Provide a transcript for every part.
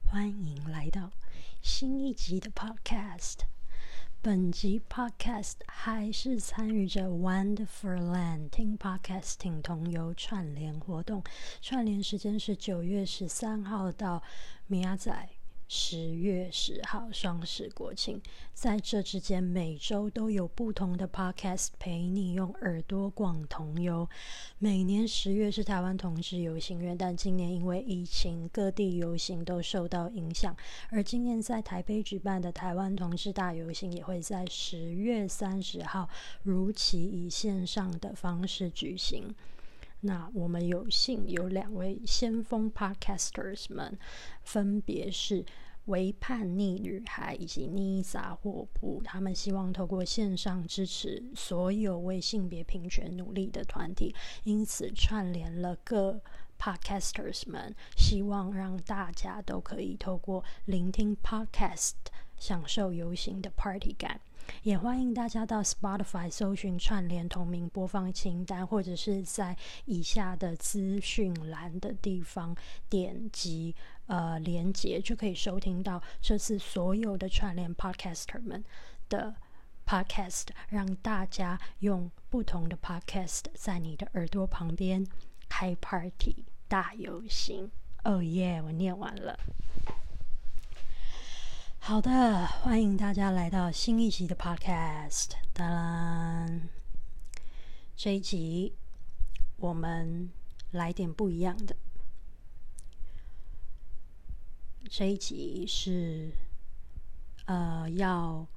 欢迎来到新一集的 Podcast。本集 Podcast 还是参与着 Wonderland 听 Podcasting 同游串联活动，串联时间是9月13号到米亚仔10月10号双十国庆，在这之间每周都有不同的 podcast 陪你用耳朵逛同游。每年10月是台湾同志游行月，但今年因为疫情，各地游行都受到影响，而今年在台北举办的台湾同志大游行也会在10月30号如期以线上的方式举行。那我们有幸有2位先锋 podcasters 们，分别是为叛逆女孩以及妮撒霍普，他们希望透过线上支持所有为性别平权努力的团体，因此串联了各 podcasters 们，希望让大家都可以透过聆听 podcast 享受游行的 party 感。也欢迎大家到 Spotify 搜寻串联同名播放清单，或者是在以下的资讯栏的地方点击连结，就可以收听到这次所有的串联 podcaster 们的 podcast， 让大家用不同的 podcast 在你的耳朵旁边开 party 大游行。哦耶，我念完了。好的，欢迎大家来到新一集的 podcast。当然，这一集我们来点不一样的。这一集是要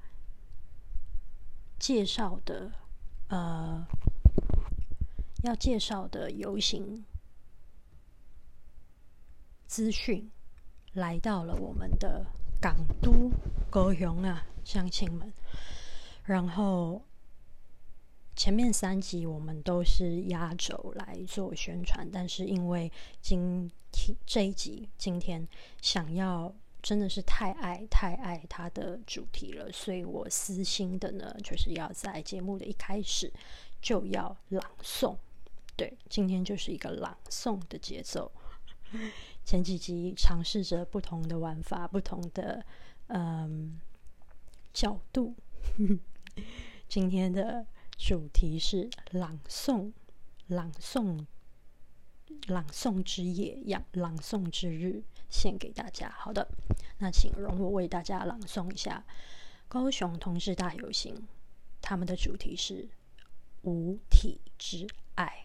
介绍的游行资讯来到了我们的港都高雄啊，乡亲们。然后前面3集我们都是压轴来做宣传，但是因为这一集今天想要真的是太爱它的主题了，所以我私心的呢，就是要在节目的一开始就要朗诵。对，今天就是一个朗诵的节奏。前几集尝试着不同的玩法，不同的角度。今天的主题是朗诵之夜，朗诵之日，献给大家。好的，那请容我为大家朗诵一下高雄同志大游行，他们的主题是无体之爱。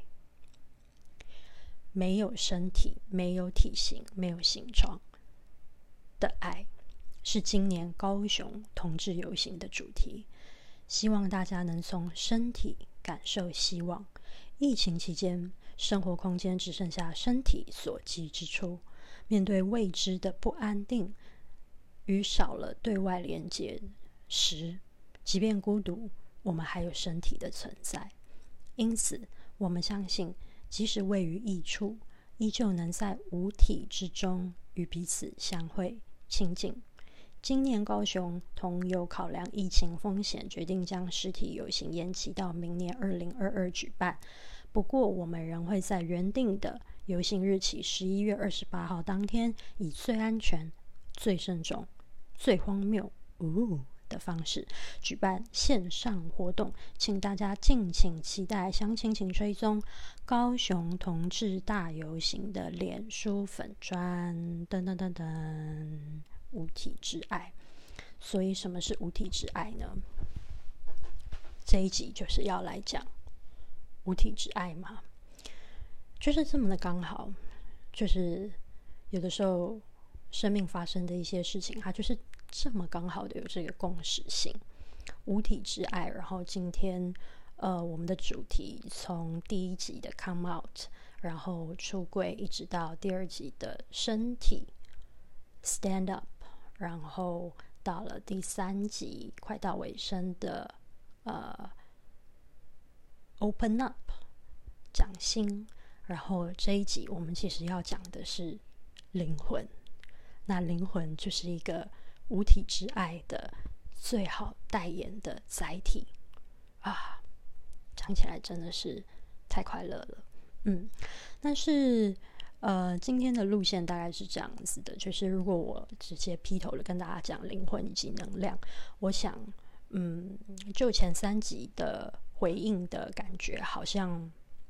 没有身体，没有体型，没有形状的爱，是今年高雄同志游行的主题。希望大家能从身体感受希望。疫情期间，生活空间只剩下身体所及之处，面对未知的不安定与少了对外连接时，即便孤独，我们还有身体的存在。因此，我们相信即使位于异处，依旧能在无体之中与彼此相会亲近。今年高雄同游考量疫情风险，决定将实体游行延期到明年2022举办。不过我们仍会在原定的游行日期11月28号当天，以最安全、最慎重、最荒谬的方式举办线上活动，请大家敬请期待。详情请追踪高雄同志大游行的脸书粉专无体之爱。所以什么是无体之爱呢？这一集就是要来讲无体之爱嘛，就是这么的刚好，就是有的时候生命发生的一些事情，它就是这么刚好的有这个共识性，无体之爱。然后今天我们的主题从第1集的 Come Out， 然后出柜，一直到第2集的身体 Stand Up， 然后到了第3集快到尾声的Open Up 讲心。然后这一集我们其实要讲的是灵魂，那灵魂就是一个无体之爱的最好代言的载体啊！讲起来真的是太快乐了。但是今天的路线大概是这样子的，就是如果我直接劈头的跟大家讲灵魂以及能量，我想就前3集的回应的感觉，好像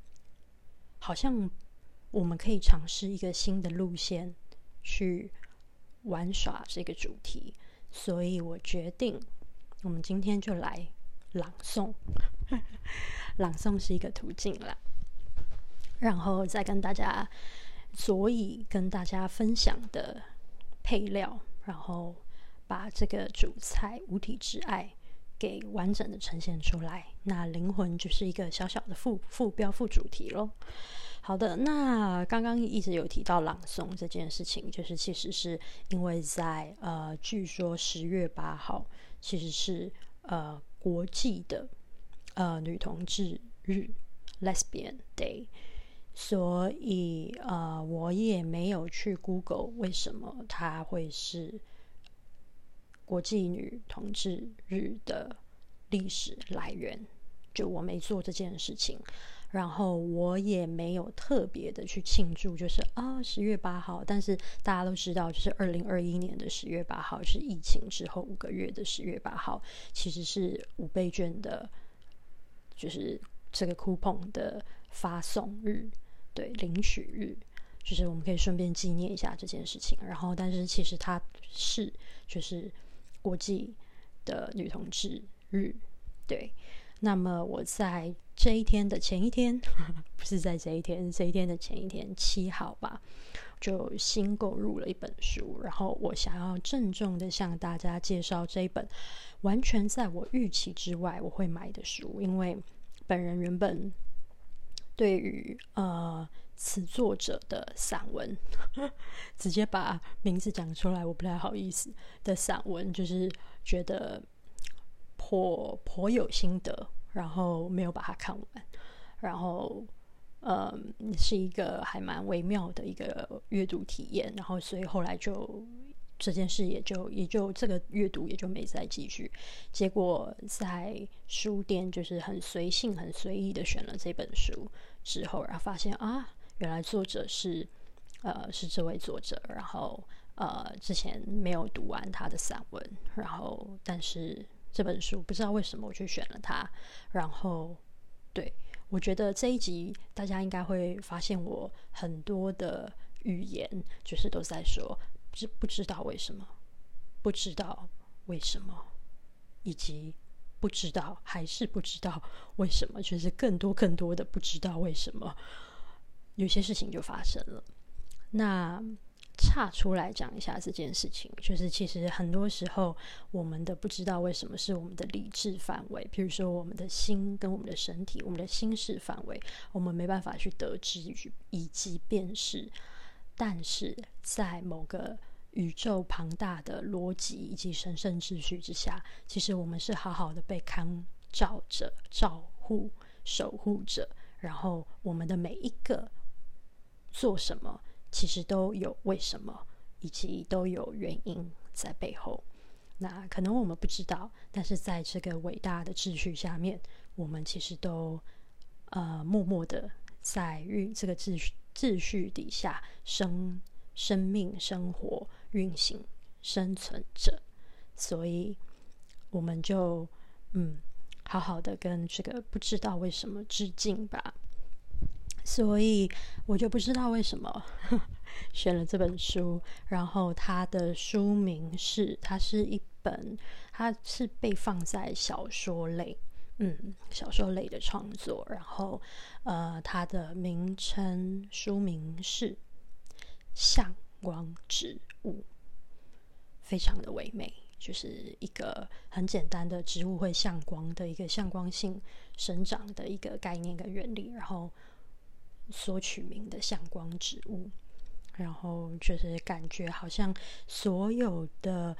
我们可以尝试一个新的路线去玩耍这个主题，所以我决定我们今天就来朗诵朗诵是一个途径啦，然后再跟大家跟大家分享的配料，然后把这个主菜无体之爱给完整的呈现出来。那灵魂就是一个小小的副标副主题咯。好的，那刚刚一直有提到朗诵这件事情，就是其实是因为在据说10月8号其实是国际的女同志日 Lesbian Day， 所以我也没有去 Google 为什么它会是国际女同志日的历史来源，就我没做这件事情，然后我也没有特别的去庆祝，就是10月8号，但是大家都知道，就是2021年的10月8号是疫情之后5个月的10月8号，其实是5倍券的，就是这个 coupon 的发送日，对，领取日，就是我们可以顺便纪念一下这件事情。然后，但是其实它是就是国际的女同志日，对。那么我在这一天的前一天，不是在这一天的前一天7号吧，就新购入了一本书，然后我想要郑重的向大家介绍这一本完全在我预期之外我会买的书，因为本人原本对于此作者的散文直接把名字讲出来我不太好意思的散文，就是觉得颇有心得，然后没有把它看完，然后是一个还蛮微妙的一个阅读体验，然后所以后来就这件事也就这个阅读也就没再继续。结果在书店就是很随性很随意的选了这本书之后，然后发现原来作者是这位作者，然后之前没有读完他的散文，然后但是这本书不知道为什么我就选了它，然后对，我觉得这一集大家应该会发现我很多的语言就是都在说不知道为什么，不知道为什么，以及不知道还是不知道为什么，就是更多的不知道为什么有些事情就发生了。那岔出来讲一下这件事情，就是其实很多时候我们的不知道为什么是我们的理智范围，比如说我们的心跟我们的身体，我们的心事范围我们没办法去得知以及辨识，但是在某个宇宙庞大的逻辑以及神圣秩序之下，其实我们是好好的被看照着、照护、守护着，然后我们的每一个做什么其实都有为什么，以及都有原因在背后。那可能我们不知道，但是在这个伟大的秩序下面，我们其实都默默的在这个秩序底下生命、生活、运行、生存着。所以我们就好好的跟这个不知道为什么致敬吧。所以我就不知道为什么选了这本书，然后它的书名它是被放在小说类的创作，然后它的书名是向光植物，非常的唯美，就是一个很简单的植物会向光的一个向光性生长的一个概念跟原理，然后所取名的向光植物，然后就是感觉好像所有的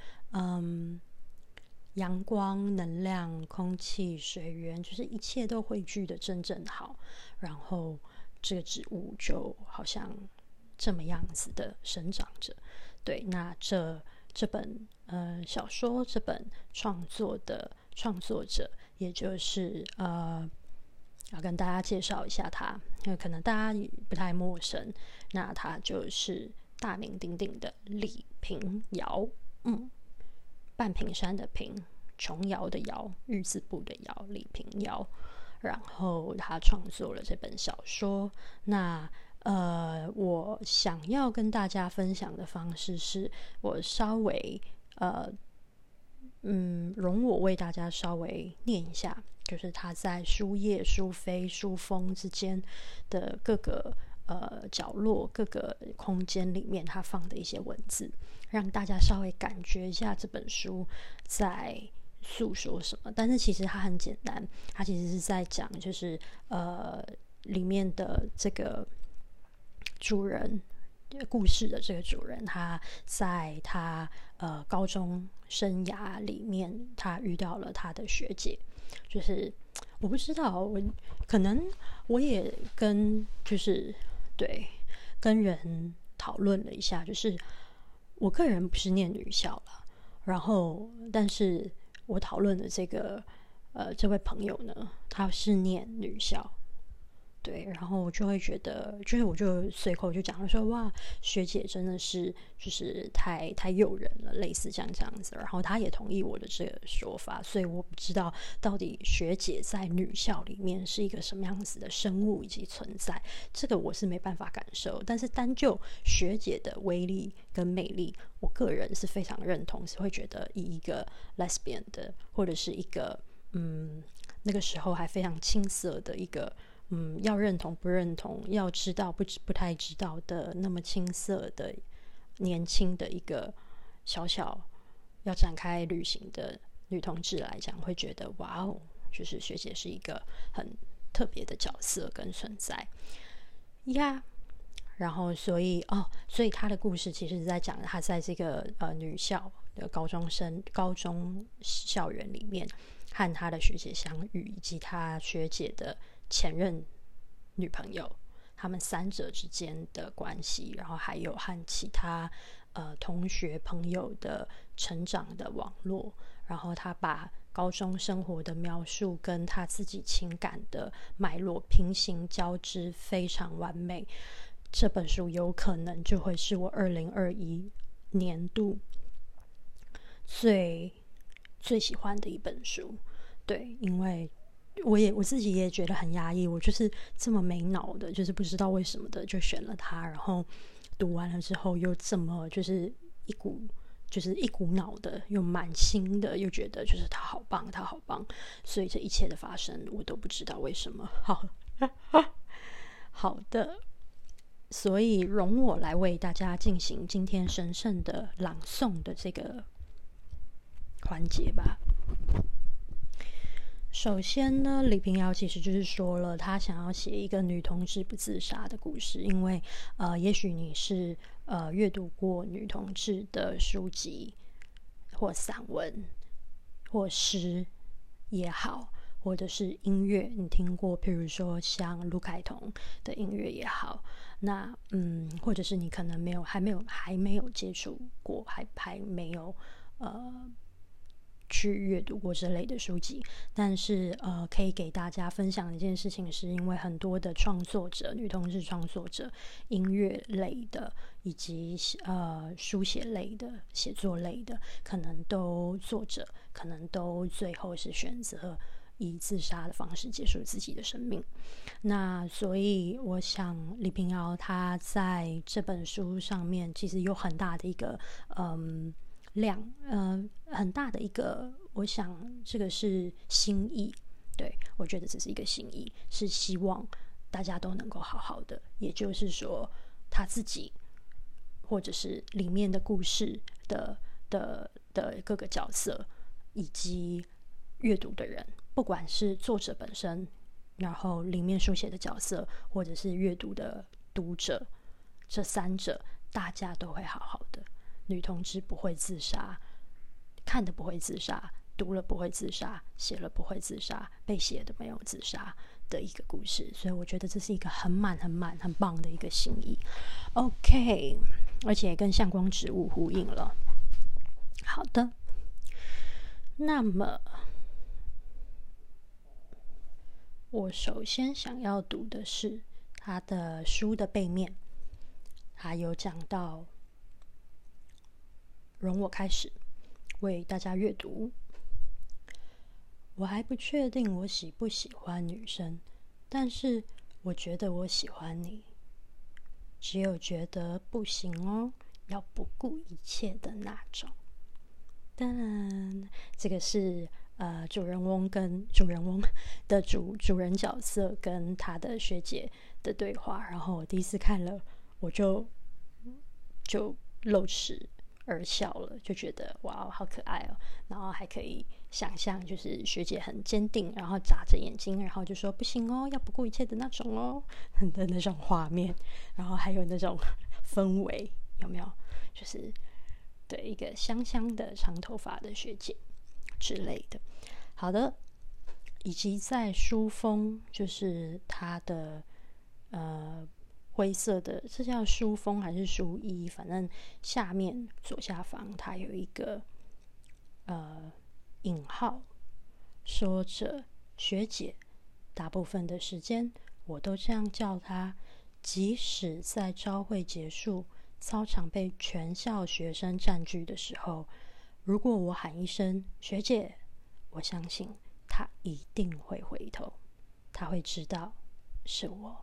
阳光、能量、空气、水源，就是一切都汇聚的正好，然后这个植物就好像这么样子的生长着。对，那这本小说，这本创作的创作者，也就是要跟大家介绍一下他，因为可能大家不太陌生。 那他就是大名鼎鼎的李屏瑶，半屏山的屏，琼瑶的瑶，玉字部的瑶，李屏瑶。然后他创作了这本小说。那我想要跟大家分享的方式是，我稍微容我为大家稍微念一下，就是他在书页、书扉、书封之间的各个角落、各个空间里面，他放的一些文字，让大家稍微感觉一下这本书在诉说什么。但是其实它很简单，它其实是在讲，就是里面的这个主人，故事的这个主人，他在他高中生涯里面，他遇到了他的学姐。就是我不知道，可能我也跟人讨论了一下，就是我个人不是念女校了，然后但是我讨论的这位朋友呢，他是念女校。对，然后我就会觉得，就是我就随口就讲了说，哇，学姐真的是就是太诱人了，类似这样子。然后他也同意我的这个说法，所以我不知道到底学姐在女校里面是一个什么样子的生物以及存在，这个我是没办法感受。但是单就学姐的威力跟魅力，我个人是非常认同，是会觉得以一个 lesbian 的，或者是一个那个时候还非常青涩的一个。要认同不认同，要知道不太知道的那么青涩的年轻的一个小小要展开旅行的女同志来讲，会觉得哇哦，就是学姐是一个很特别的角色跟存在呀。然后所以她的故事其实是在讲她在这个女校的高中校园里面和她的学姐相遇，以及她学姐的前任女朋友，他们三者之间的关系，然后还有和其他同学朋友的成长的网络，然后他把高中生活的描述跟他自己情感的脉络平行交织，非常完美。这本书有可能就会是我2021年度最喜欢的一本书。对，因为我自己也觉得很压抑，我就是这么没脑的，就是不知道为什么的就选了它，然后读完了之后又这么就是一股脑的，又满心的，又觉得就是他好棒，所以这一切的发生我都不知道为什么。好的，所以容我来为大家进行今天神圣的朗诵的这个环节吧。首先呢，李屏瑶其实就是说了，他想要写一个女同志不自杀的故事，因为也许你是阅读过女同志的书籍或散文或诗也好，或者是音乐，你听过譬如说像卢凯彤的音乐也好，那或者是你可能还没有接触过，还没有去阅读过这类的书籍，但是可以给大家分享的一件事情，是因为很多的创作者，女同志创作者，音乐类的以及书写类的、写作类的，作者可能都最后是选择以自杀的方式结束自己的生命。那所以我想李屏瑶她在这本书上面其实有很大的一个很大的一个，我想这个是心意。对，我觉得这是一个心意，是希望大家都能够好好的，也就是说他自己或者是里面的故事的各个角色，以及阅读的人，不管是作者本身，然后里面书写的角色，或者是阅读的读者，这三者大家都会好好的。女同志不会自杀，看的不会自杀，读了不会自杀，写了不会自杀，被写的没有自杀的一个故事。所以我觉得这是一个很棒的一个心意。 OK， 而且跟向光植物呼应了。好的，那么我首先想要读的是他的书的背面。 他有讲到，容我开始为大家阅读。我还不确定我喜不喜欢女生，但是我觉得我喜欢你。只有觉得不行哦，要不顾一切的那种。当然，这个是主人翁的主人角色跟他的学姐的对话。然后我第一次看了，我就露齿而笑了，就觉得哇，好可爱哦。然后还可以想象，就是学姐很坚定，然后眨着眼睛，然后就说不行哦，要不顾一切的那种哦的那种画面。然后还有那种氛围，有没有？就是对一个香香的长头发的学姐之类的。好的，以及在书封，就是它的灰色的，这叫书封还是书衣？反正下面左下方它有一个引号，说着学姐，大部分的时间我都这样叫她，即使在朝会结束，操场被全校学生占据的时候，如果我喊一声学姐，我相信她一定会回头，她会知道是我。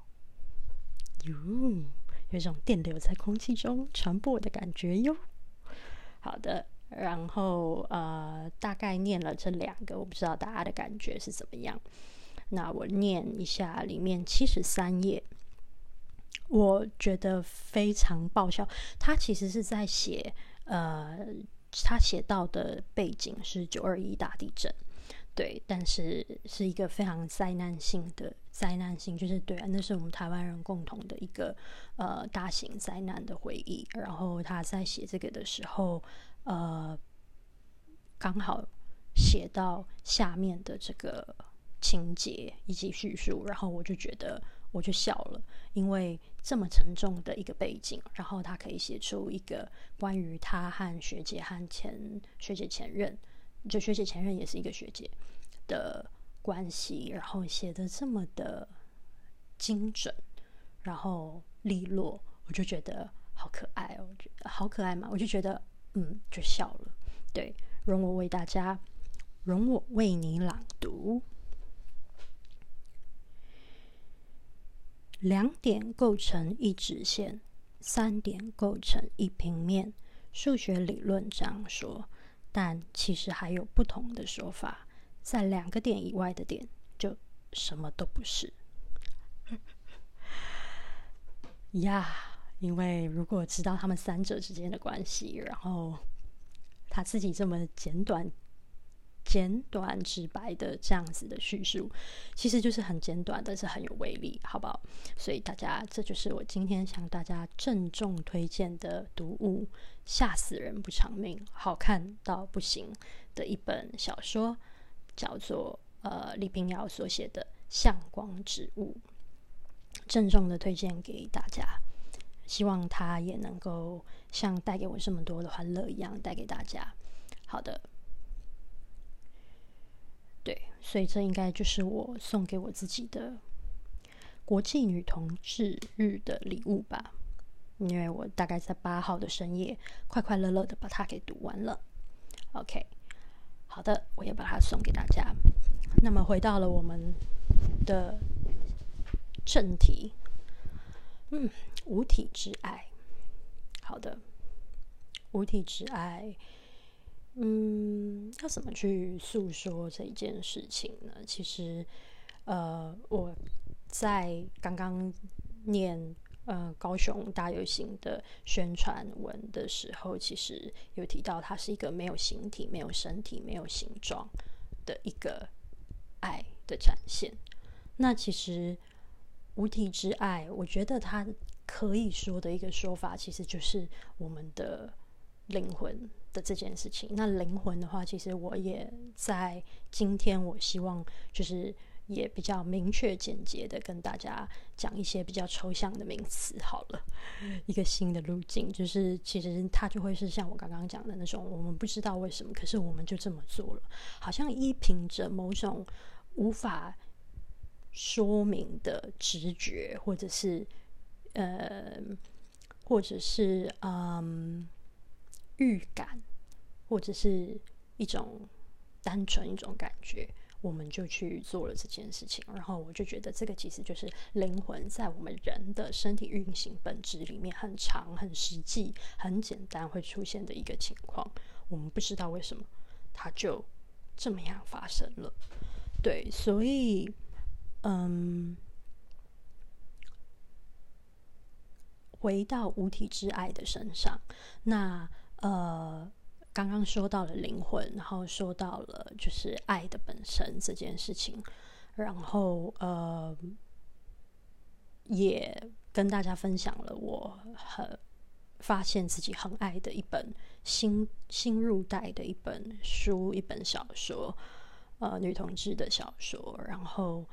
有一种电流在空气中传播的感觉哟。好的，然后大概念了这两个，我不知道大家的感觉是怎么样。那我念一下里面73页，我觉得非常爆笑。他其实是在写他写到的背景是921大地震，对，但是是一个非常灾难性，就是对啊，那是我们台湾人共同的一个大型灾难的回忆。然后他在写这个的时候，刚好写到下面的这个情节以及叙述，然后我就笑了，因为这么沉重的一个背景，然后他可以写出一个关于他和学姐和学姐前任，就学姐前任也是一个学姐的关系，然后写得这么的精准，然后利落，我就觉得好可爱哦，好可爱嘛，我就觉得就笑了。对，容我为你朗读。2点构成一直线，3点构成一平面。数学理论这样说，但其实还有不同的说法。在2个点以外的点，就什么都不是。呀，因为如果知道他们三者之间的关系，然后他自己这么简短直白的这样子的叙述，其实就是很简短，但是很有威力，好不好？所以大家，这就是我今天向大家郑重推荐的读物，吓死人不偿命，好看到不行的一本小说，叫做李屏瑶所写的《向光植物》，郑重的推荐给大家，希望它也能够像带给我这么多的欢乐一样带给大家。好的，对，所以这应该就是我送给我自己的国际女同志日的礼物吧，因为我大概在8号的深夜快快乐乐的把它给读完了。 OK， 好的，我也把它送给大家。那么回到了我们的正题，无体之爱。好的，无体之爱，要怎么去诉说这一件事情呢？其实，我在刚刚念高雄大游行的宣传文的时候，其实有提到它是一个没有形体、没有身体、没有形状的一个爱的展现。那其实无体之爱，我觉得它可以说的一个说法，其实就是我们的灵魂的这件事情。那灵魂的话，其实我也在今天，我希望就是也比较明确简洁的跟大家讲一些比较抽象的名词好了，一个新的路径，就是其实它就会是像我刚刚讲的那种，我们不知道为什么，可是我们就这么做了，好像依凭着某种无法说明的直觉，或者或者是预感，或者是一种单纯一种感觉，我们就去做了这件事情。然后我就觉得这个其实就是灵魂在我们人的身体运行本质里面很长、很实际、很简单会出现的一个情况。我们不知道为什么它就这么样发生了。对，所以回到无体之爱的身上，那刚刚说到了灵魂，然后说到了就是爱的本身这件事情，然后也跟大家分享了我发现自己很爱的一本新入袋的一本书，一本小说，女同志的小说，然后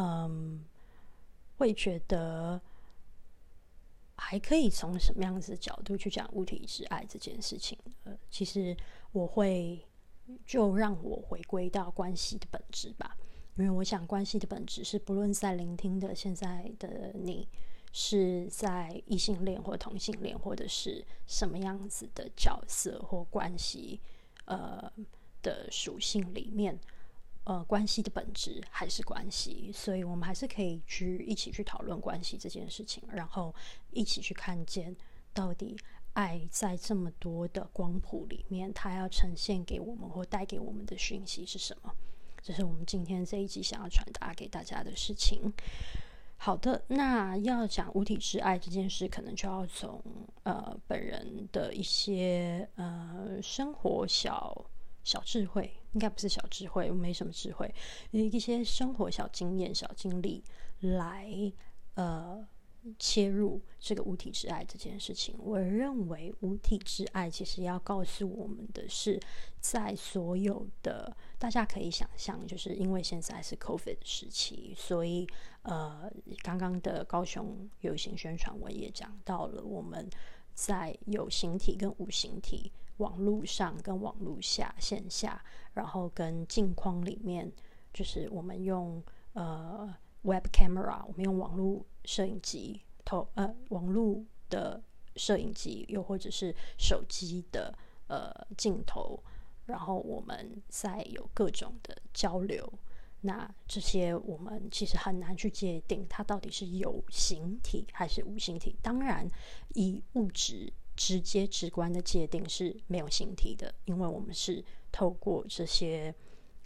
会觉得还可以从什么样子的角度去讲无体之爱这件事情。其实我会就让我回归到关系的本质吧，因为我想关系的本质是不论在聆听的现在的你是在异性恋或同性恋，或者是什么样子的角色或关系的属性里面，关系的本质还是关系，所以我们还是可以一起去讨论关系这件事情，然后一起去看见到底爱在这么多的光谱里面，它要呈现给我们或带给我们的讯息是什么。这是我们今天这一集想要传达给大家的事情。好的，那要讲无体之爱这件事，可能就要从本人的一些生活小智慧，应该不是小智慧，我没什么智慧，一些生活小经验、小经历来切入这个无体之爱这件事情。我认为无体之爱其实要告诉我们的是，在所有的大家可以想象，就是因为现在是 COVID 时期，所以刚刚的高雄有形宣传文也讲到了，我们在有形体跟无形体，网络上跟网络下线下，然后跟镜框里面，就是我们用web camera， 我们用网络摄影机网络的摄影机，又或者是手机的镜头，然后我们再有各种的交流。那这些我们其实很难去界定它到底是有形体还是无形体。当然以物质直接直观的界定是没有形体的，因为我们是透过这些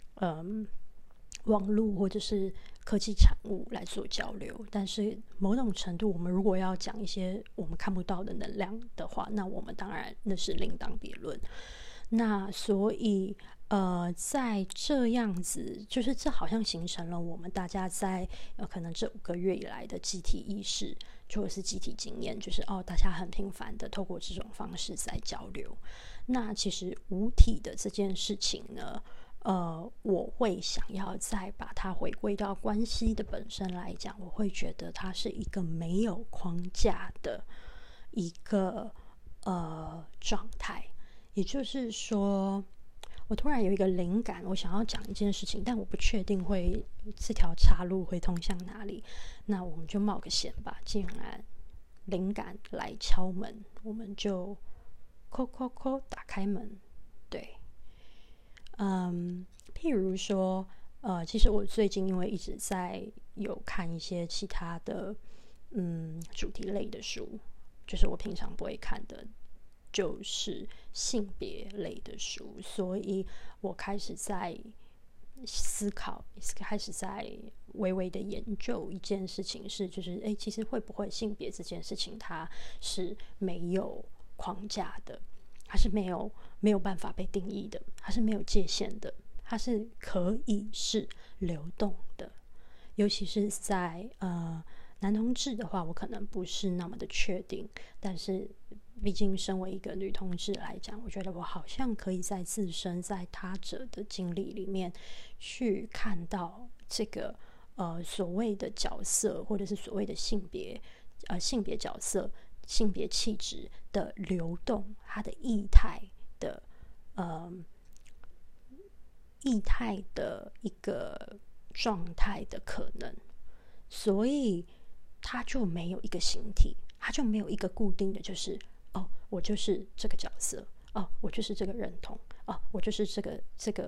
网络或者是科技产物来做交流。但是某种程度，我们如果要讲一些我们看不到的能量的话，那我们当然那是另当别论。那所以在这样子，就是这好像形成了我们大家在可能这5个月以来的集体意识，或者是集体经验，就是大家很频繁的透过这种方式在交流。那其实无体的这件事情呢，我会想要再把它回归到关系的本身来讲，我会觉得它是一个没有框架的一个状态。也就是说，我突然有一个灵感，我想要讲一件事情，但我不确定这条岔路会通向哪里。那我们就冒个险吧，既然灵感来敲门，我们就叩打开门。对，譬如说其实我最近因为一直在有看一些其他的主题类的书，就是我平常不会看的，就是性别类的书，所以我开始在思考，开始在微微的研究一件事情，是就是其实会不会性别这件事情它是没有框架的，它是没有办法被定义的，它是没有界限的，它是可以是流动的。尤其是在男同志的话，我可能不是那么的确定，但是毕竟身为一个女同志来讲，我觉得我好像可以在自身在他者的经历里面去看到这个所谓的角色，或者是所谓的性别角色、性别气质的流动，它的异态的一个状态的可能。所以它就没有一个形体， 它就没有一个固定的，就是我就是这个角色，我就是这个认同，我就是这个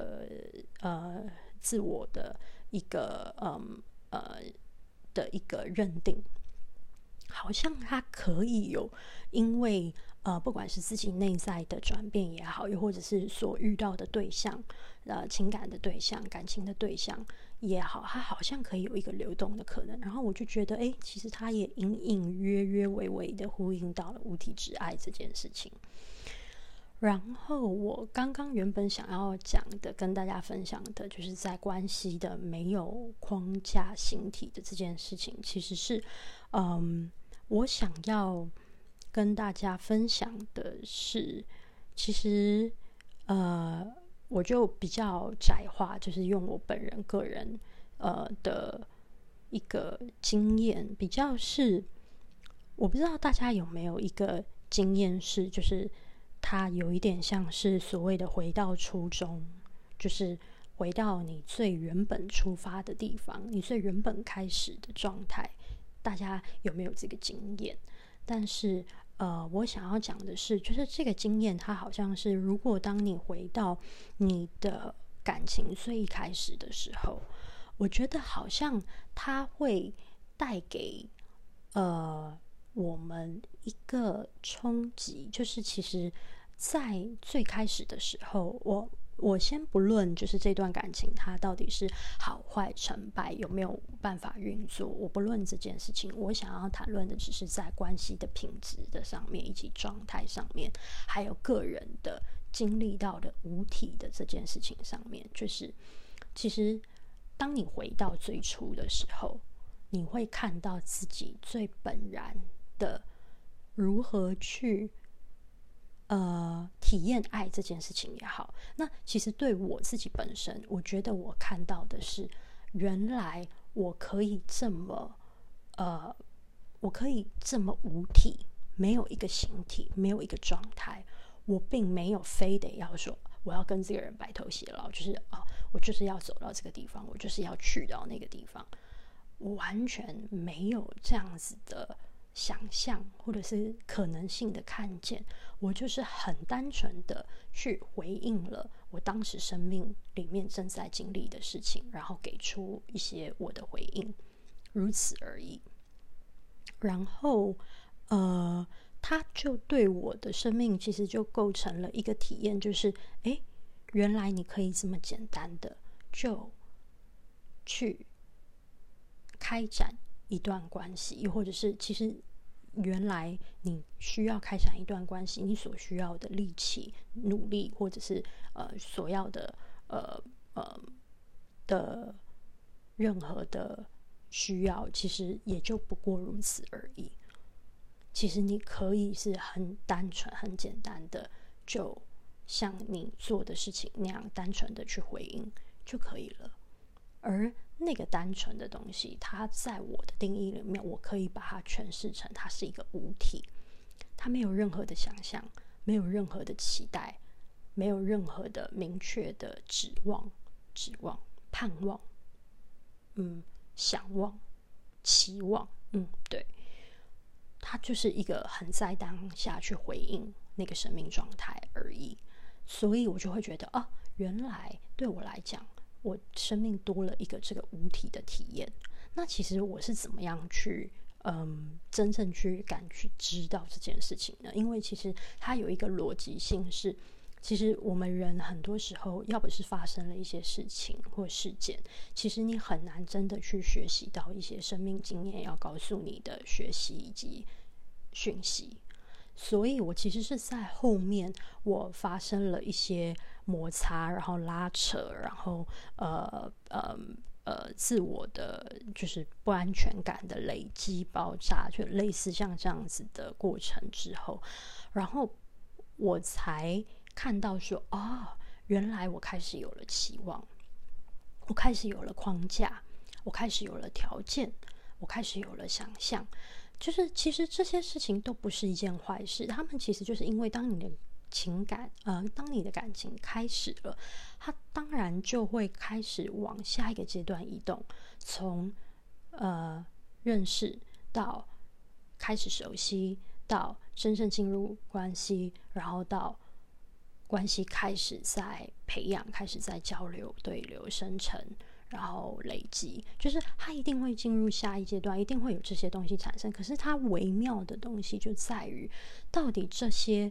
自我的一个的一个认定。好像它可以有因为不管是自己内在的转变也好，又或者是所遇到的对象，情感的对象、感情的对象也好，它好像可以有一个流动的可能。然后我就觉得，其实它也隐隐约约微微的呼应到了无体之爱这件事情。然后我刚刚原本想要讲的，跟大家分享的，就是在关系的没有框架形体的这件事情，其实是我想要跟大家分享的是，其实我就比较窄化，就是用我本人个人的一个经验，比较是我不知道大家有没有一个经验是，就是它有一点像是所谓的回到初衷，就是回到你最原本出发的地方，你最原本开始的状态。大家有没有这个经验？但是我想要讲的是，就是这个经验它好像是，如果当你回到你的感情最一开始的时候，我觉得好像它会带给我们一个冲击，就是其实在最开始的时候，我先不论就是这段感情它到底是好坏成败，有没有办法运作，我不论这件事情，我想要谈论的只是在关系的品质的上面，以及状态上面，还有个人的经历到的无体的这件事情上面。就是其实当你回到最初的时候，你会看到自己最本然的如何去体验爱这件事情也好。那其实对我自己本身，我觉得我看到的是，原来我可以这么无体，没有一个形体，没有一个状态。我并没有非得要说我要跟这个人白头偕老，就是我就是要走到这个地方，我就是要去到那个地方。我完全没有这样子的想象或者是可能性的看见，我就是很单纯的去回应了我当时生命里面正在经历的事情，然后给出一些我的回应，如此而已。然后它就对我的生命其实就构成了一个体验，就是原来你可以这么简单的就去开展一段关系，又或者是其实原来你需要开展一段关系，你所需要的力气、努力，或者是所要的的任何的需要，其实也就不过如此而已。其实你可以是很单纯、很简单的，就像你做的事情那样单纯的去回应就可以了。而那个单纯的东西，它在我的定义里面，我可以把它诠释成它是一个无体，它没有任何的想象，没有任何的期待，没有任何的明确的指望、盼望，想望、期望，对，它就是一个很在当下去回应那个生命状态而已。所以我就会觉得原来对我来讲，我生命多了一个这个无体的体验。那其实我是怎么样去真正去敢去知道这件事情呢？因为其实它有一个逻辑性是，其实我们人很多时候要不是发生了一些事情或事件，其实你很难真的去学习到一些生命经验要告诉你的学习以及讯息。所以我其实是在后面我发生了一些摩擦，然后拉扯，然后自我的就是不安全感的累积爆炸，就类似像这样子的过程之后，然后我才看到说原来我开始有了期望，我开始有了框架，我开始有了条件，我开始有了想象。就是其实这些事情都不是一件坏事，他们其实就是因为当你的情感当你的感情开始了，它当然就会开始往下一个阶段移动，从认识到开始熟悉，到真正进入关系，然后到关系开始在培养，开始在交流、对流、生成，然后累积，就是它一定会进入下一阶段，一定会有这些东西产生。可是它微妙的东西就在于，到底这些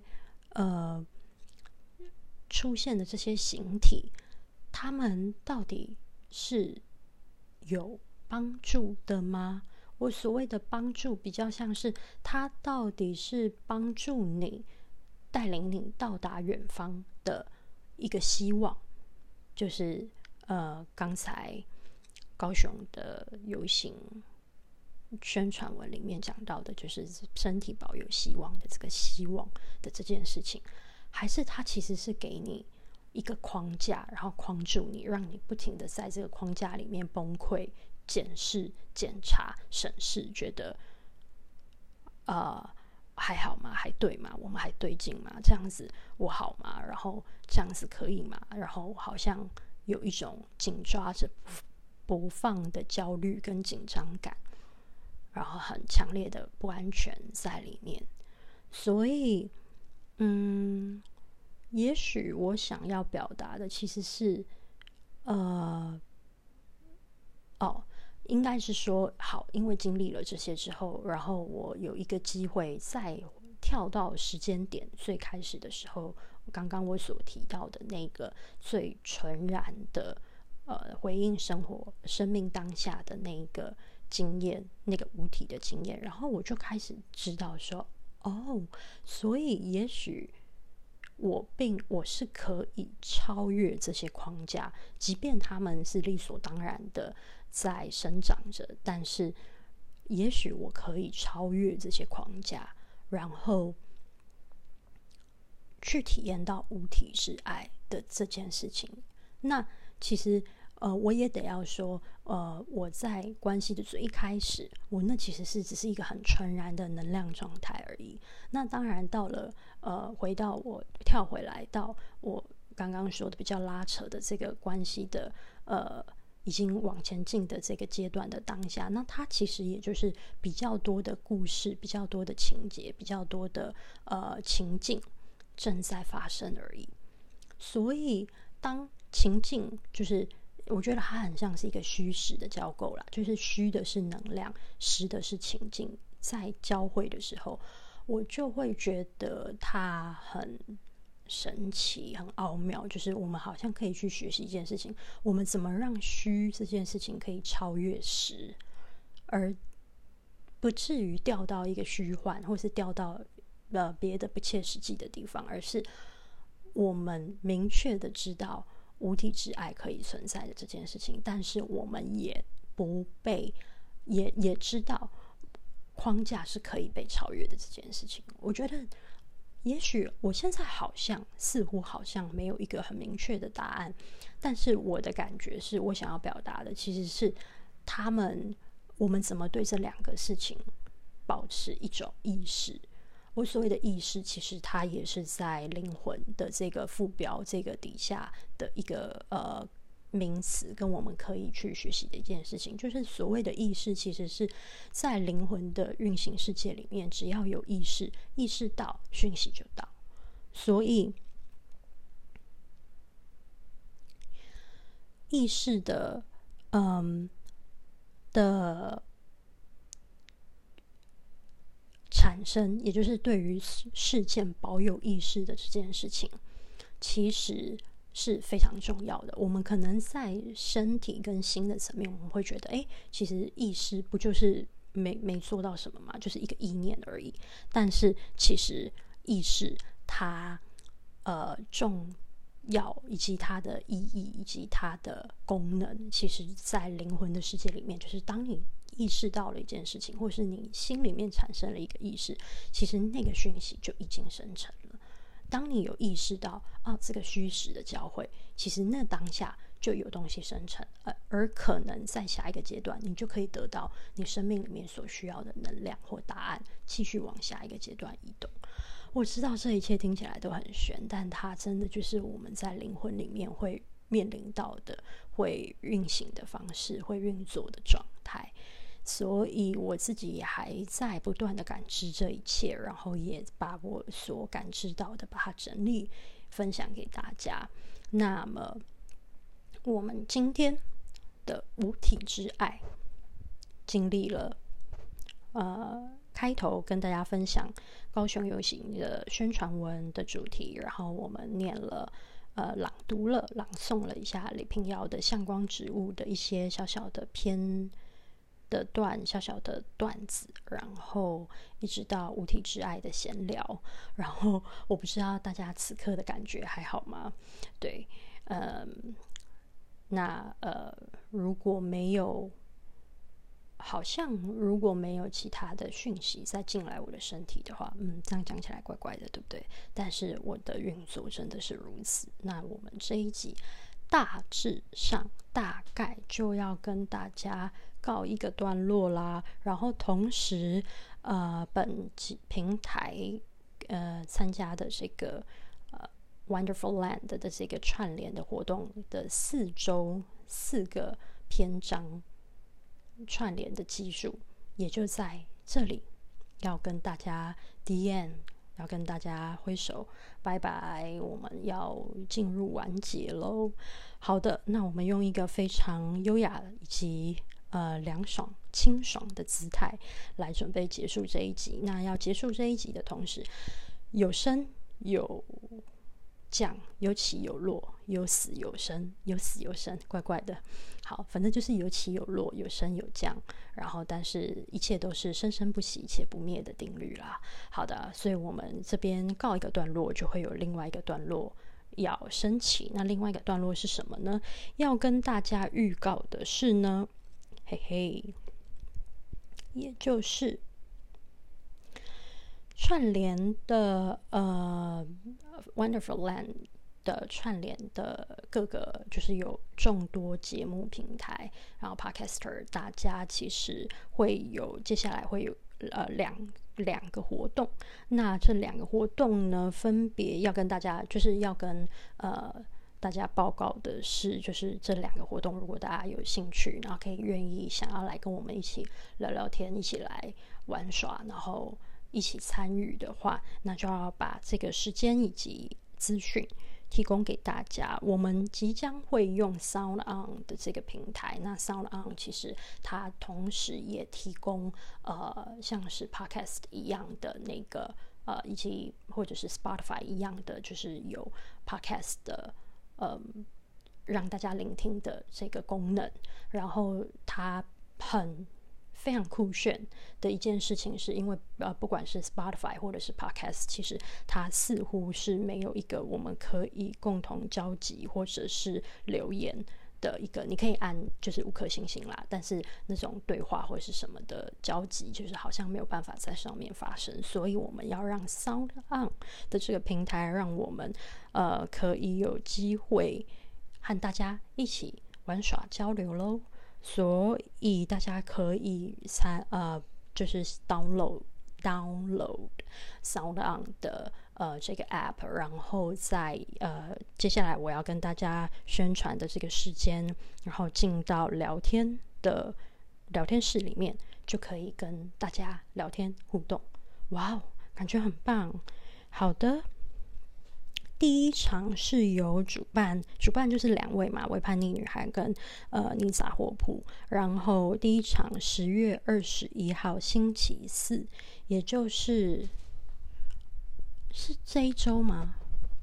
出现的这些形体，它们到底是有帮助的吗？我所谓的帮助，比较像是它到底是帮助你带领你到达远方的一个希望，就是刚才高雄的游行宣传文里面讲到的，就是身体保有希望的这个希望的这件事情，还是它其实是给你一个框架，然后框住你，让你不停的在这个框架里面崩溃、检视、检查、审视，觉得还好吗？还对吗？我们还对劲吗？这样子我好吗？然后这样子可以吗？然后好像有一种紧抓着不放的焦虑跟紧张感，然后很强烈的不安全在里面。所以也许我想要表达的其实是应该是说，好，因为经历了这些之后，然后我有一个机会再跳到时间点最开始的时候，刚刚我所提到的那个最纯然的回应生命当下的那个经验，那个无体的经验，然后我就开始知道说，所以也许我是可以超越这些框架，即便他们是理所当然的在生长着，但是也许我可以超越这些框架，然后去体验到无体之爱的这件事情。那其实我也得要说，我在关系的最一开始，我那其实是只是一个很纯然的能量状态而已。那当然到了我跳回来到我刚刚说的比较拉扯的这个关系的已经往前进的这个阶段的当下，那它其实也就是比较多的故事，比较多的情节，比较多的情境正在发生而已。所以当情境，就是我觉得它很像是一个虚实的交构啦，就是虚的是能量，实的是情境，在交汇的时候，我就会觉得它很神奇、很奥妙。就是我们好像可以去学习一件事情，我们怎么让虚这件事情可以超越实，而不至于掉到一个虚幻，或是掉到别的不切实际的地方，而是我们明确的知道无体之爱可以存在的这件事情，但是我们也不被也知道框架是可以被超越的这件事情。我觉得也许我现在似乎好像没有一个很明确的答案，但是我的感觉是，我想要表达的其实是我们怎么对这两个事情保持一种意识。我所谓的意识，其实它也是在灵魂的这个副标这个底下的一个名词，跟我们可以去学习的一件事情，就是所谓的意识，其实是在灵魂的运行世界里面，只要有意识，意识到讯息就到。所以意识的产生，也就是对于事件保有意识的这件事情，其实是非常重要的。我们可能在身体跟心的层面，我们会觉得其实意识不就是没做到什么嘛，就是一个意念而已。但是其实意识它重要，以及它的意义，以及它的功能，其实在灵魂的世界里面，就是当你意识到了一件事情，或是你心里面产生了一个意识，其实那个讯息就已经生成了。当你有意识到这个虚实的交汇，其实那当下就有东西生成，而可能在下一个阶段，你就可以得到你生命里面所需要的能量或答案，继续往下一个阶段移动。我知道这一切听起来都很玄，但它真的就是我们在灵魂里面会面临到的，会运行的方式，会运作的状态。 所以我自己也还在不断的感知这一切，然后也把我所感知到的把它整理分享给大家。那么我们今天的无体之爱经历了开头跟大家分享高雄游行的宣传文的主题，然后我们念了朗诵了一下李屏瑶的向光植物的一些小小的小小的段子，然后一直到无体之爱的闲聊。然后我不知道大家此刻的感觉还好吗？对，如果没有其他的讯息再进来我的身体的话，这样讲起来怪怪的，对不对？但是我的运作真的是如此。那我们这一集大致上大概就要跟大家告一个段落啦。然后同时本平台参加的这个Wonderful Land 的这个串联的活动的4周4个篇章串联的技术，也就在这里要跟大家 DM， 要跟大家挥手拜拜，我们要进入完结咯。好的，那我们用一个非常优雅以及凉爽清爽的姿态来准备结束这一集。那要结束这一集的同时，有升有降，有起有落，有死有生，有死有生，怪怪的。好，反正就是有起有落，有升有降，然后但是一切都是生生不息且不灭的定律啦。好的，所以我们这边告一个段落，就会有另外一个段落要升起。那另外一个段落是什么呢？要跟大家预告的是呢，也就是串联的Wonderful Land 的串联的各个，就是有众多节目平台，然后 Podcaster 大家其实接下来会有两个活动。那这2个活动呢，分别要跟大家大家报告的是，就是这2个活动，如果大家有兴趣，然后可以愿意想要来跟我们一起聊聊天，一起来玩耍，然后一起参与的话，那就要把这个时间以及资讯提供给大家。我们即将会用 Sound On 的这个平台，那 Sound On 其实它同时也提供像是 Podcast 一样的那个以及或者是 Spotify 一样的，就是有 Podcast 的让大家聆听的这个功能。然后它非常酷炫的一件事情是，因为不管是 Spotify 或者是 Podcast， 其实它似乎是没有一个我们可以共同交集或者是留言的一个，你可以按就是5颗星星啦，但是那种对话或者是什么的交集，就是好像没有办法在上面发生。所以我们要让 Sound On 的这个平台，让我们可以有机会和大家一起玩耍交流咯。所以大家可以就是 download Sound On 的这个 app， 然后在接下来我要跟大家宣传的这个时间，然后进到聊天室里面，就可以跟大家聊天互动。哇哦，感觉很棒。好的，第一场是由主办就是2位嘛，微叛逆女孩跟妮撒霍普。然后第一场10月21号星期4，也就是这一周吗？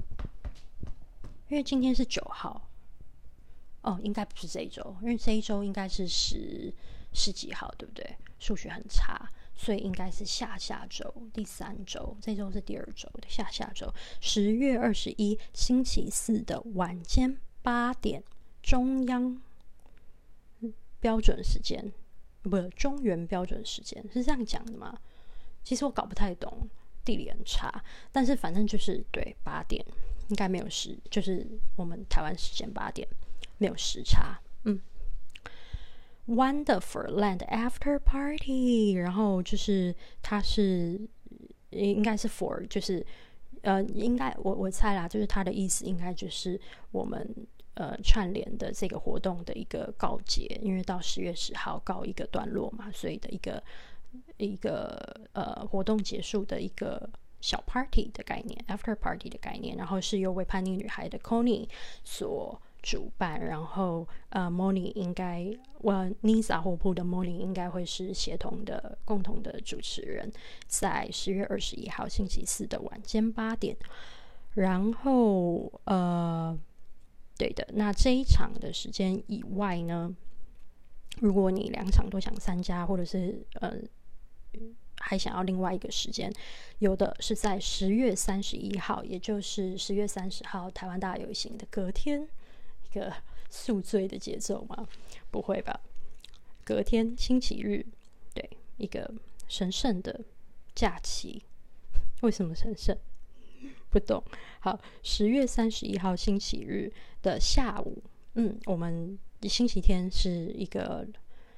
因为今天是9号应该不是这一周，因为这一周应该是十几号，对不对？数学很差，所以应该是下周第3周，这周是第2周的下周10月21星期4的晚间8点，中央标准时间，不是中原标准时间，是这样讲的吗？其实我搞不太懂，地理很差，但是反正就是对8点，应该没有就是我们台湾时间8点，没有时差。Wonderful Land After Party， 然后就是它是应该是 for 就是应该我猜啦，就是它的意思应该就是我们串联的这个活动的一个告捷，因为到10月10号告一个段落嘛，所以的一个活动结束的一个小 party 的概念 ，after party 的概念，然后是由为叛逆女孩的 Connie 所主办，然后Moni 应该Nisa 霍普的 Moni 应该会是协同的共同的主持人，在10月21号星期四的晚间8点，然后对的，那这一场的时间以外呢，如果你2场都想参加，或者是还想要另外一个时间，有的是在10月31号，也就是10月30号台湾大游行的隔天，一个宿醉的节奏吗？不会吧，隔天星期日，对，一个神圣的假期。为什么神圣？不懂。好，10月31号星期日的下午，我们星期天是一个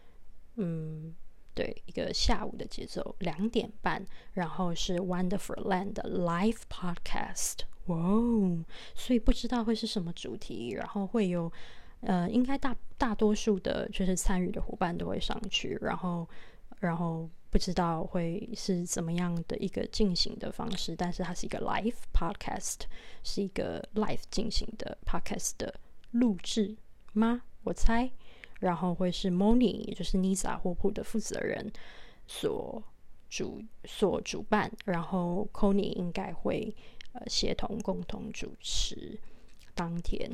对，一个下午的节奏，2点半，然后是 Wonderful Land 的 Live Podcast， 哇哦！所以不知道会是什么主题，然后会有应该大多数的就是参与的伙伴都会上去，然后不知道会是怎么样的一个进行的方式，但是它是一个 Live Podcast， 是一个 Live 进行的 Podcast 的录制吗？我猜。然后会是 Moni， 也就是 Nisa 霍普的负责人所主办，然后 Connie 应该会协同共同主持当天。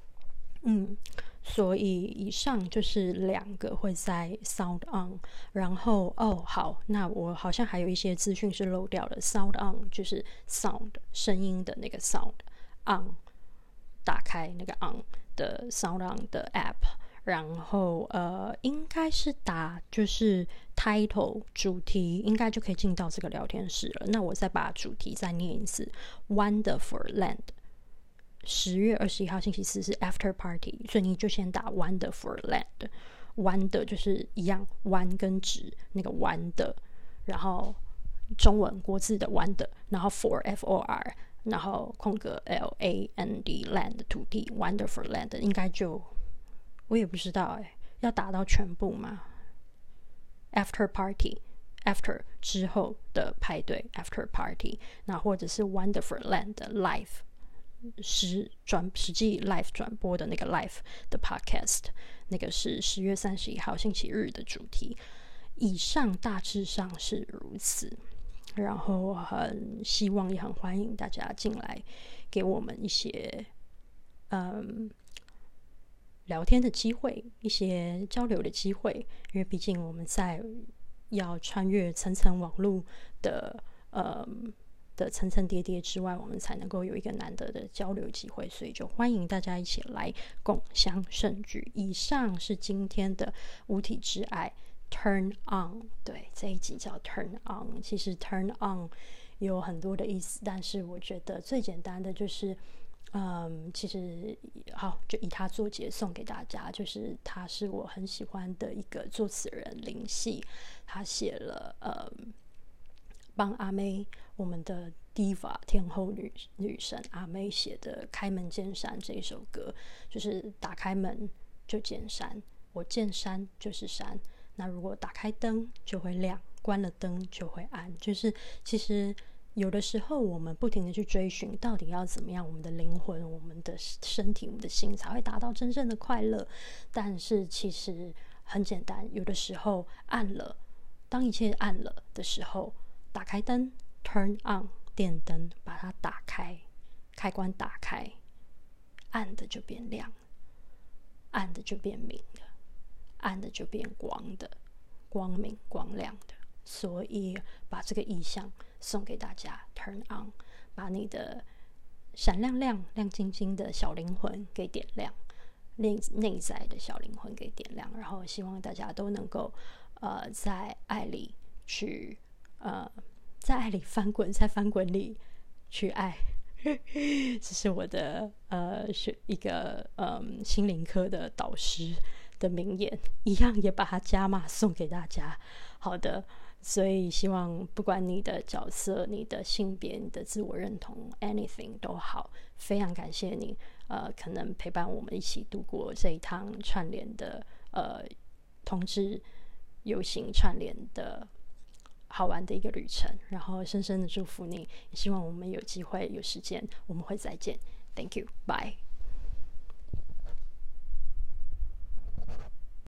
所以以上就是2个会在 Sound On， 然后好，那我好像还有一些资讯是漏掉了。Sound On 就是 sound 声音的那个 sound on， 打开那个 on 的 Sound On 的 app。然后应该是打就是 title 主题，应该就可以进到这个聊天室了。那我再把主题再念一次 Wonderful Land， 10月21号星期四是 after party， 所以你就先打 Wonderful Land， Wonder 就是一样弯跟直那个弯的，然后中文国字的 Wonder， 然后 for FOR， 然后空格 LAND Land 土地 Wonderful Land， 应该就我也不知道要打到全部吗？ After Party After 之后的派对 After Party， 那或者是 Wonderful Land 的 Live 实际 Live 转播的那个 Live 的 Podcast， 那个是10月31号星期日的主题。以上大致上是如此，然后很希望也很欢迎大家进来给我们一些聊天的机会，一些交流的机会，因为毕竟我们在要穿越层层网络的层层叠叠之外，我们才能够有一个难得的交流机会，所以就欢迎大家一起来共襄盛举。以上是今天的无体之爱 Turn On， 对，这一集叫 Turn On。 其实 Turn On 有很多的意思，但是我觉得最简单的就是其实好，就以他作结送给大家，就是他是我很喜欢的一个作词人林夕，他写了帮阿妹，我们的 diva 天后女神阿妹写的《开门见山》这一首歌，就是打开门就见山，我见山就是山，那如果打开灯就会亮，关了灯就会暗，就是其实有的时候我们不停的去追寻到底要怎么样，我们的灵魂、我们的身体、我们的心才会达到真正的快乐。但是其实很简单，有的时候暗了，当一切暗了的时候，打开灯 turn on 电灯，把它打开，开关打开，暗的就变亮，暗的就变明了，暗的就变光的，光明光亮的。所以把这个意象送给大家 turn on， 把你的闪亮亮亮晶晶的小灵魂给点亮，内在的小灵魂给点亮，然后希望大家都能够在爱里去在爱里翻滚，在翻滚里去爱。这是我的是一个心灵科的导师的名言，一样也把它加码送给大家。好的，所以希望不管你的角色、你的性别、你的自我认同 anything 都好，非常感谢你可能陪伴我们一起度过这一趟串联的同志游行串联的好玩的一个旅程，然后深深的祝福你，也希望我们有机会有时间我们会再见。 Thank you, bye.